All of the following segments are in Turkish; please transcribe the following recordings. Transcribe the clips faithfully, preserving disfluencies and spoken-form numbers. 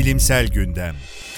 Bilimsel Gündem.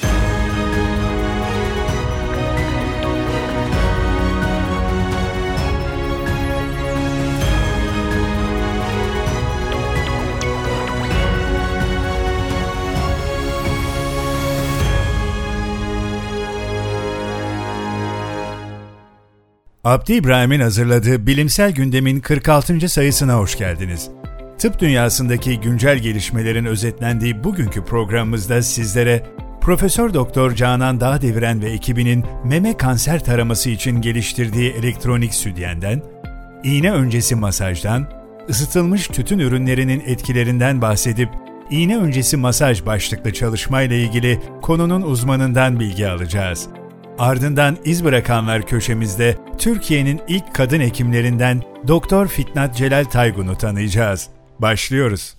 Abdi İbrahim'in hazırladığı Bilimsel Gündem'in kırk altıncı sayısına hoş geldiniz. Tıp dünyasındaki güncel gelişmelerin özetlendiği bugünkü programımızda sizlere Profesör Doktor Canan Dağdeviren ve ekibinin meme kanser taraması için geliştirdiği elektronik sütyenden, iğne öncesi masajdan, ısıtılmış tütün ürünlerinin etkilerinden bahsedip iğne öncesi masaj başlıklı çalışmayla ilgili konunun uzmanından bilgi alacağız. Ardından iz bırakanlar köşemizde Türkiye'nin ilk kadın hekimlerinden Doktor Fitnat Celal Taygun'u tanıyacağız. Başlıyoruz.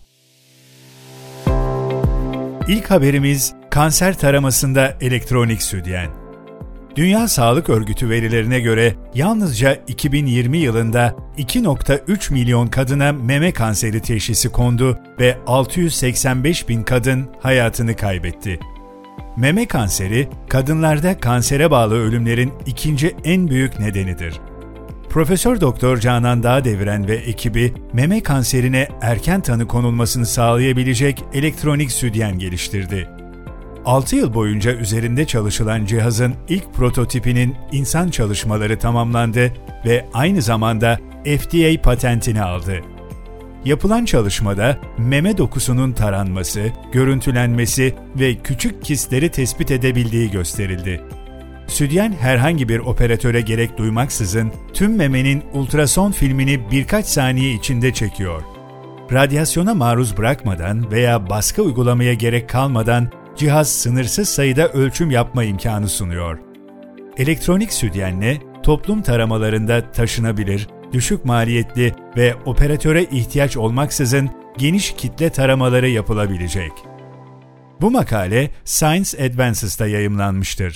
İlk haberimiz kanser taramasında elektronik sütyen. Dünya Sağlık Örgütü verilerine göre yalnızca iki bin yirmi yılında iki virgül üç milyon kadına meme kanseri teşhisi kondu ve altı yüz seksen beş bin kadın hayatını kaybetti. Meme kanseri, kadınlarda kansere bağlı ölümlerin ikinci en büyük nedenidir. Profesör Doktor Canan Dağdeviren ve ekibi, meme kanserine erken tanı konulmasını sağlayabilecek elektronik sütyen geliştirdi. altı yıl boyunca üzerinde çalışılan cihazın ilk prototipinin insan çalışmaları tamamlandı ve aynı zamanda F D A patentini aldı. Yapılan çalışmada meme dokusunun taranması, görüntülenmesi ve küçük kistleri tespit edebildiği gösterildi. Sütyen herhangi bir operatöre gerek duymaksızın tüm memenin ultrason filmini birkaç saniye içinde çekiyor. Radyasyona maruz bırakmadan veya baskı uygulamaya gerek kalmadan cihaz sınırsız sayıda ölçüm yapma imkanı sunuyor. Elektronik sütyenle toplum taramalarında taşınabilir, düşük maliyetli ve operatöre ihtiyaç olmaksızın geniş kitle taramaları yapılabilecek. Bu makale Science Advances'ta yayımlanmıştır.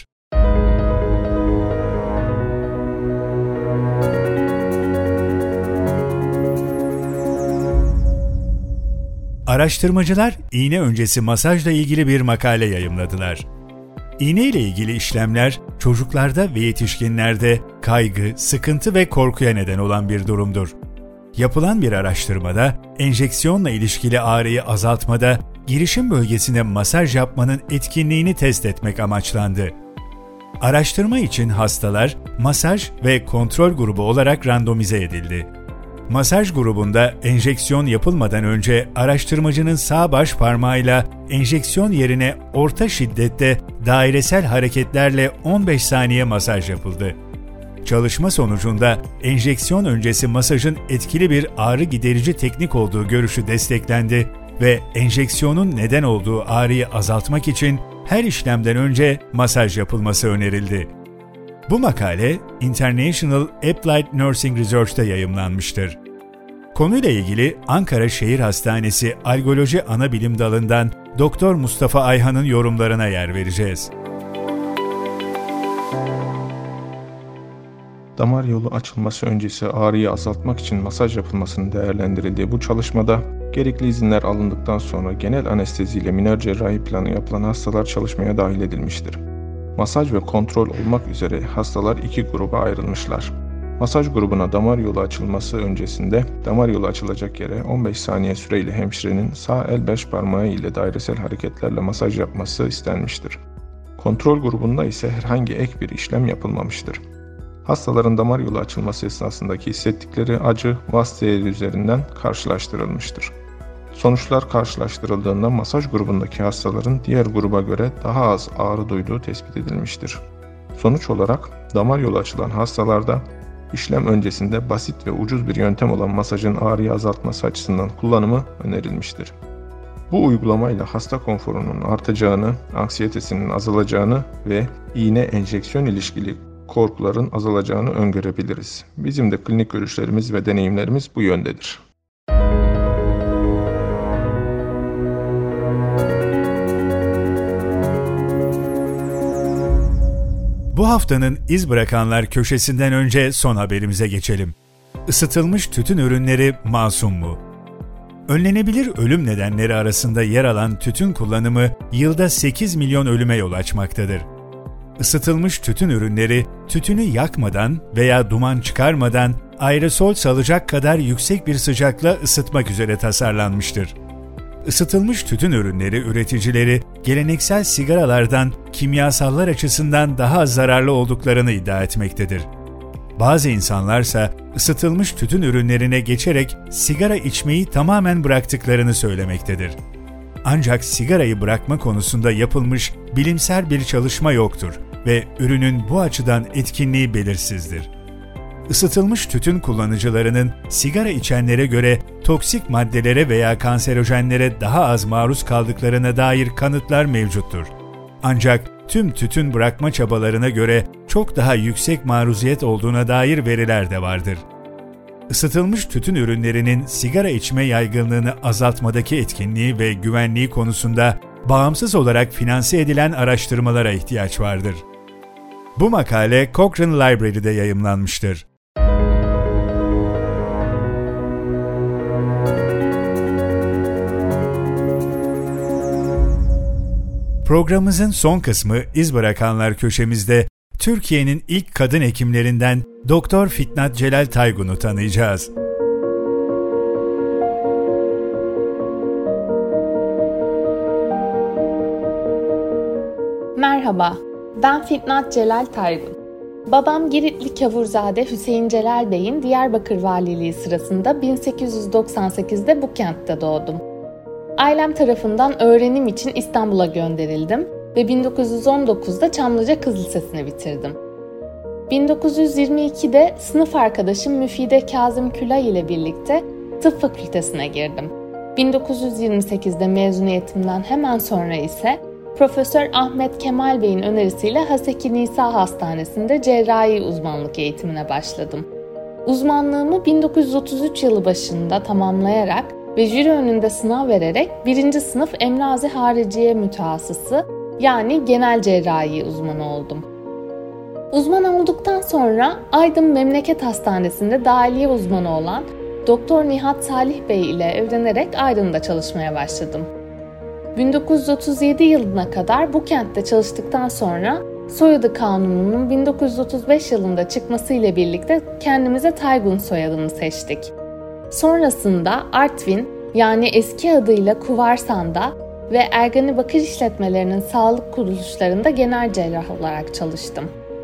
Araştırmacılar iğne öncesi masajla ilgili bir makale yayımladılar. İğne ile ilgili işlemler çocuklarda ve yetişkinlerde kaygı, sıkıntı ve korkuya neden olan bir durumdur. Yapılan bir araştırmada enjeksiyonla ilişkili ağrıyı azaltmada girişim bölgesine masaj yapmanın etkinliğini test etmek amaçlandı. Araştırma için hastalar masaj ve kontrol grubu olarak randomize edildi. Masaj grubunda enjeksiyon yapılmadan önce araştırmacının sağ baş parmağıyla enjeksiyon yerine orta şiddette dairesel hareketlerle on beş saniye masaj yapıldı. Çalışma sonucunda enjeksiyon öncesi masajın etkili bir ağrı giderici teknik olduğu görüşü desteklendi ve enjeksiyonun neden olduğu ağrıyı azaltmak için her işlemden önce masaj yapılması önerildi. Bu makale International Applied Nursing Research'ta yayımlanmıştır. Konuyla ilgili Ankara Şehir Hastanesi Algoloji Anabilim Dalı'ndan Doktor Mustafa Ayhan'ın yorumlarına yer vereceğiz. Damar yolu açılması öncesi ağrıyı azaltmak için masaj yapılmasının değerlendirildiği bu çalışmada gerekli izinler alındıktan sonra genel anesteziyle minör cerrahi planı yapılan hastalar çalışmaya dahil edilmiştir. Masaj ve kontrol olmak üzere hastalar iki gruba ayrılmışlar. Masaj grubuna damar yolu açılması öncesinde damar yolu açılacak yere on beş saniye süreyle hemşirenin sağ el beş parmağı ile dairesel hareketlerle masaj yapması istenmiştir. Kontrol grubunda ise herhangi ek bir işlem yapılmamıştır. Hastaların damar yolu açılması esnasındaki hissettikleri acı Watt değeri üzerinden karşılaştırılmıştır. Sonuçlar karşılaştırıldığında masaj grubundaki hastaların diğer gruba göre daha az ağrı duyduğu tespit edilmiştir. Sonuç olarak damar yolu açılan hastalarda işlem öncesinde basit ve ucuz bir yöntem olan masajın ağrıyı azaltması açısından kullanımı önerilmiştir. Bu uygulamayla hasta konforunun artacağını, anksiyetesinin azalacağını ve iğne enjeksiyon ilişkili korkuların azalacağını öngörebiliriz. Bizim de klinik görüşlerimiz ve deneyimlerimiz bu yöndedir. Bu haftanın iz bırakanlar köşesinden önce son haberimize geçelim. Isıtılmış tütün ürünleri masum mu? Önlenebilir ölüm nedenleri arasında yer alan tütün kullanımı yılda sekiz milyon ölüme yol açmaktadır. Isıtılmış tütün ürünleri, tütünü yakmadan veya duman çıkarmadan aerosol salacak kadar yüksek bir sıcakla ısıtmak üzere tasarlanmıştır. Isıtılmış tütün ürünleri üreticileri, geleneksel sigaralardan kimyasallar açısından daha az zararlı olduklarını iddia etmektedir. Bazı insanlarsa ısıtılmış tütün ürünlerine geçerek sigara içmeyi tamamen bıraktıklarını söylemektedir. Ancak sigarayı bırakma konusunda yapılmış bilimsel bir çalışma yoktur ve ürünün bu açıdan etkinliği belirsizdir. Isıtılmış tütün kullanıcılarının sigara içenlere göre toksik maddelere veya kanserojenlere daha az maruz kaldıklarına dair kanıtlar mevcuttur. Ancak tüm tütün bırakma çabalarına göre çok daha yüksek maruziyet olduğuna dair veriler de vardır. Isıtılmış tütün ürünlerinin sigara içme yaygınlığını azaltmadaki etkinliği ve güvenliği konusunda bağımsız olarak finanse edilen araştırmalara ihtiyaç vardır. Bu makale Cochrane Library'de yayımlanmıştır. Programımızın son kısmı iz bırakanlar köşemizde Türkiye'nin ilk kadın hekimlerinden Doktor Fitnat Celal Taygun'u tanıyacağız. Merhaba, ben Fitnat Celal Taygun. Babam Giritli Kavurzade Hüseyin Celal Bey'in Diyarbakır Valiliği sırasında bin sekiz yüz doksan sekizde bu kentte doğdum. Ailem tarafından öğrenim için İstanbul'a gönderildim ve bin dokuz yüz on dokuzda Çamlıca Kız Lisesi'ni bitirdim. bin dokuz yüz yirmi ikide sınıf arkadaşım Müfide Kazım Külay ile birlikte tıp fakültesine girdim. bin dokuz yüz yirmi sekizde mezuniyetimden hemen sonra ise Profesör Ahmet Kemal Bey'in önerisiyle Haseki Nisa Hastanesi'nde cerrahi uzmanlık eğitimine başladım. Uzmanlığımı bin dokuz yüz otuz üç yılı başında tamamlayarak ve jüri önünde sınav vererek birinci sınıf emrazi hariciye mütehassısı yani genel cerrahi uzmanı oldum. Uzman olduktan sonra Aydın Memleket Hastanesi'nde dahiliye uzmanı olan Doktor Nihat Salih Bey ile evlenerek Aydın'da çalışmaya başladım. bin dokuz yüz otuz yedi yılına kadar bu kentte çalıştıktan sonra soyadı kanununun bin dokuz yüz otuz beş yılında çıkması ile birlikte kendimize Taygun soyadını seçtik. Sonrasında Artvin yani eski adıyla Kuvarsan'da ve Ergani Bakır İşletmelerinin sağlık kuruluşlarında genel cerrah olarak çalıştım.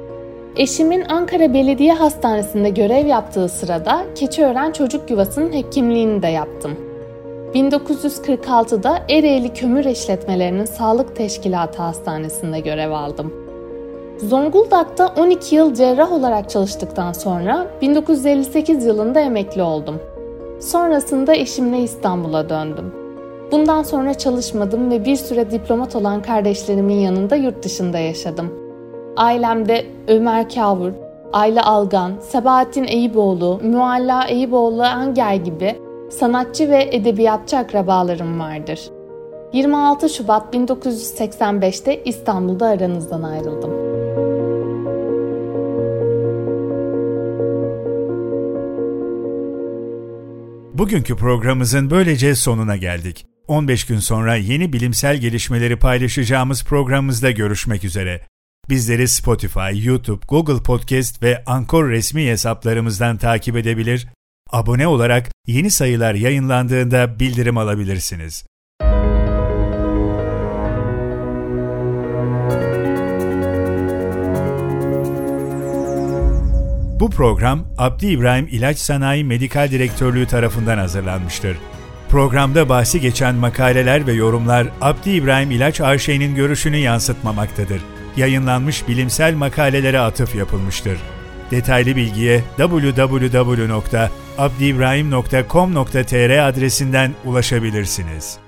Eşimin Ankara Belediye Hastanesi'nde görev yaptığı sırada Keçiören Çocuk Yuvası'nın hekimliğini de yaptım. bin dokuz yüz kırk altıda Ereğli Kömür İşletmelerinin Sağlık Teşkilatı Hastanesi'nde görev aldım. Zonguldak'ta on iki yıl cerrah olarak çalıştıktan sonra bin dokuz yüz elli sekiz yılında emekli oldum. Sonrasında eşimle İstanbul'a döndüm. Bundan sonra çalışmadım ve bir süre diplomat olan kardeşlerimin yanında yurt dışında yaşadım. Ailemde Ömer Kavur, Ayla Algan, Sabahattin Eyüboğlu, Mualla Eyüboğlu Anger gibi sanatçı ve edebiyatçı akrabalarım vardır. yirmi altı Şubat bin dokuz yüz seksen beşte İstanbul'da aranızdan ayrıldım. Bugünkü programımızın böylece sonuna geldik. on beş gün sonra yeni bilimsel gelişmeleri paylaşacağımız programımızda görüşmek üzere. Bizleri Spotify, YouTube, Google Podcast ve Anchor resmi hesaplarımızdan takip edebilir, abone olarak yeni sayılar yayınlandığında bildirim alabilirsiniz. Bu program Abdi İbrahim İlaç Sanayi Medikal Direktörlüğü tarafından hazırlanmıştır. Programda bahsi geçen makaleler ve yorumlar Abdi İbrahim İlaç A Ş'nin görüşünü yansıtmamaktadır. Yayınlanmış bilimsel makalelere atıf yapılmıştır. Detaylı bilgiye double-u double-u double-u nokta abdiibrahim nokta com nokta tr adresinden ulaşabilirsiniz.